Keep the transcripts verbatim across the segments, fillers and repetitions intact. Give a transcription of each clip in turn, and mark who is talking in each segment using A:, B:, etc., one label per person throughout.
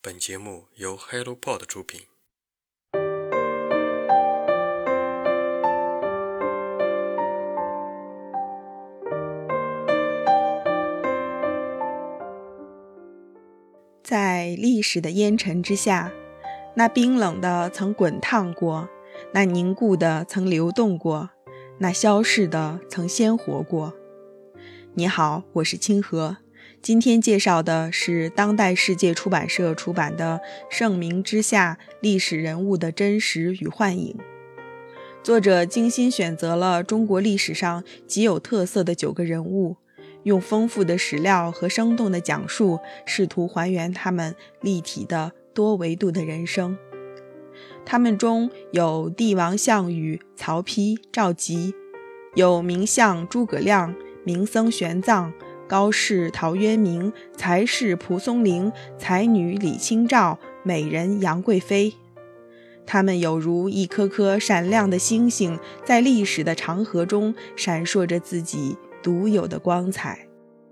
A: 本节目由 HelloPod 出品。
B: 在历史的烟尘之下，那冰冷的曾滚烫过，那凝固的曾流动过，那消逝的曾鲜活过。你好，我是清河，今天介绍的是当代世界出版社出版的《盛名之下：历史人物的真实与幻影》。作者精心选择了中国历史上极有特色的九个人物，用丰富的史料和生动的讲述，试图还原他们立体的多维度的人生。他们中有帝王项羽、曹丕、赵佶，有名相诸葛亮、名僧玄奘、高士陶渊明、才士蒲松龄、才女李清照、美人杨贵妃。他们有如一颗颗闪亮的星星，在历史的长河中闪烁着自己独有的光彩。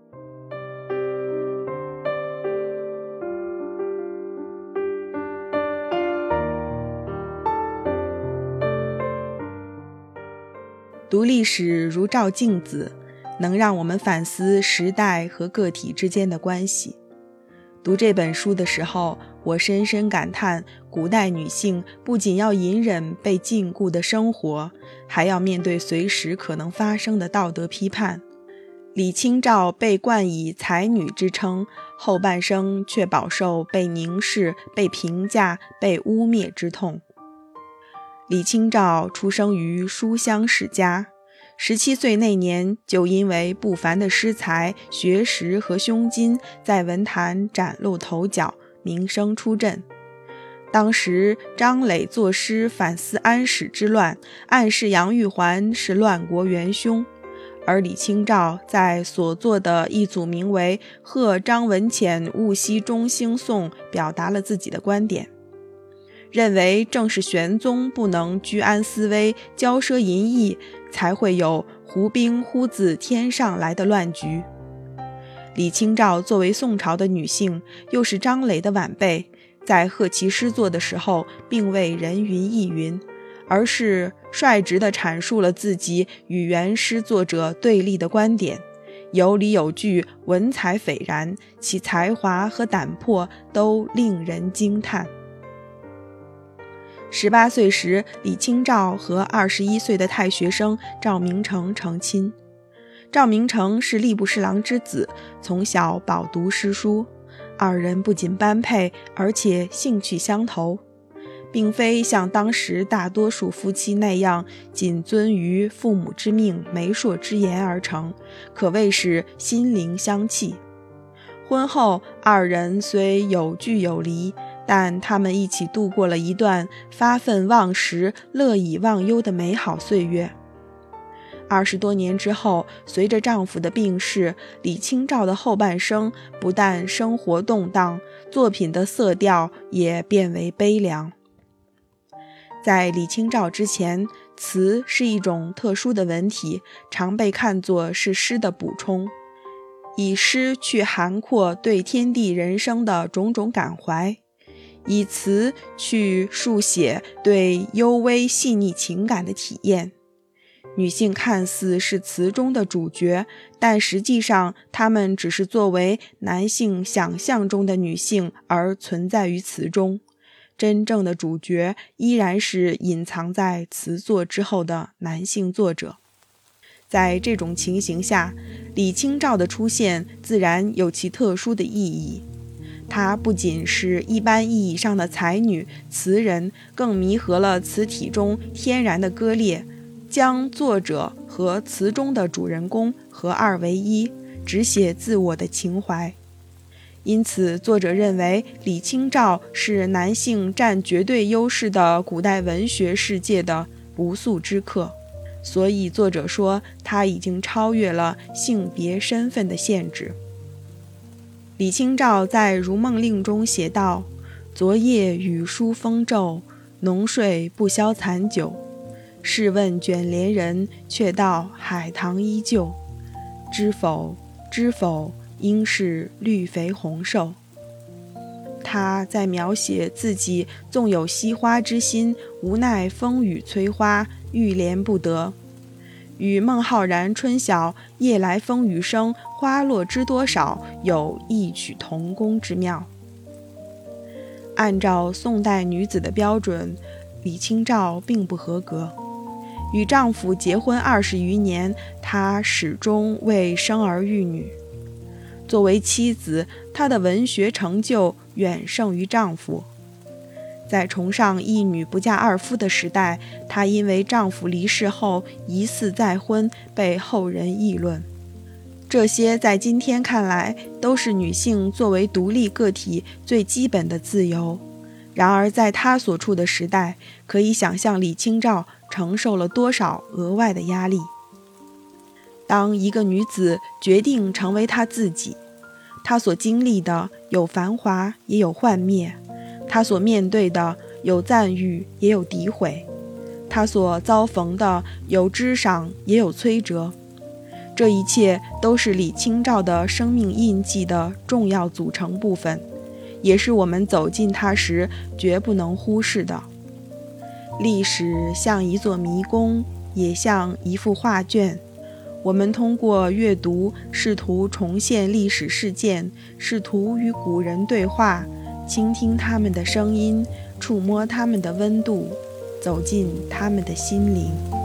B: 读历史如照镜子，能让我们反思时代和个体之间的关系。读这本书的时候，我深深感叹，古代女性不仅要隐忍被禁锢的生活，还要面对随时可能发生的道德批判。李清照被冠以才女之称，后半生却饱受被凝视、被评价、被污蔑之痛。李清照出生于书香世家，十七岁那年就因为不凡的诗才、学识和胸襟，在文坛崭露头角，名声出振。当时张磊作诗反思安史之乱，暗示杨玉环是乱国元凶，而李清照在所作的一组名为《贺张文潜戊戌中兴颂》表达了自己的观点，认为正是玄宗不能居安思危、骄奢淫逸，才会有胡兵忽自天上来的乱局。李清照作为宋朝的女性，又是张磊的晚辈，在贺其诗作的时候并未人云亦云，而是率直地阐述了自己与原诗作者对立的观点，有理有据，文采斐然，其才华和胆魄都令人惊叹。十八岁时，李清照和二十一岁的太学生赵明诚成亲。赵明诚是吏部侍郎之子，从小饱读诗书，二人不仅般配，而且兴趣相投，并非像当时大多数夫妻那样谨遵于父母之命、媒妁之言而成，可谓是心灵相契。婚后，二人虽有聚有离，但他们一起度过了一段发愤忘食、乐以忘忧的美好岁月。二十多年之后，随着丈夫的病逝，李清照的后半生不但生活动荡，作品的色调也变为悲凉。在李清照之前，词是一种特殊的文体，常被看作是诗的补充，以诗去涵括对天地人生的种种感怀，以词去书写对幽微细腻情感的体验。女性看似是词中的主角，但实际上她们只是作为男性想象中的女性而存在于词中，真正的主角依然是隐藏在词作之后的男性作者。在这种情形下，李清照的出现自然有其特殊的意义。她不仅是一般意义上的才女、词人，更弥合了词体中天然的割裂，将作者和词中的主人公合二为一，只写自我的情怀。因此，作者认为李清照是男性占绝对优势的古代文学世界的不速之客，所以作者说他已经超越了性别身份的限制。李清照在《如梦令》中写道：昨夜雨疏风骤，浓睡不消残酒。试问卷帘人，却道海棠依旧。知否，知否，应是绿肥红瘦。 他在描写自己纵有惜花之心，无奈风雨催花，欲怜不得，与孟浩然《春晓夜来风雨声，花落知多少》有异曲同工之妙。按照宋代女子的标准，李清照并不合格。与丈夫结婚二十余年，她始终未生儿育女。作为妻子，她的文学成就远胜于丈夫。在崇尚一女不嫁二夫的时代，她因为丈夫离世后疑似再婚，被后人议论。这些在今天看来都是女性作为独立个体最基本的自由。然而在她所处的时代，可以想象李清照承受了多少额外的压力。当一个女子决定成为她自己，她所经历的有繁华也有幻灭，她所面对的有赞誉也有诋毁，她所遭逢的有知赏也有摧折。这一切都是李清照的生命印记的重要组成部分，也是我们走近她时绝不能忽视的。历史像一座迷宫，也像一幅画卷。我们通过阅读，试图重现历史事件，试图与古人对话，倾听他们的声音，触摸他们的温度，走进他们的心灵。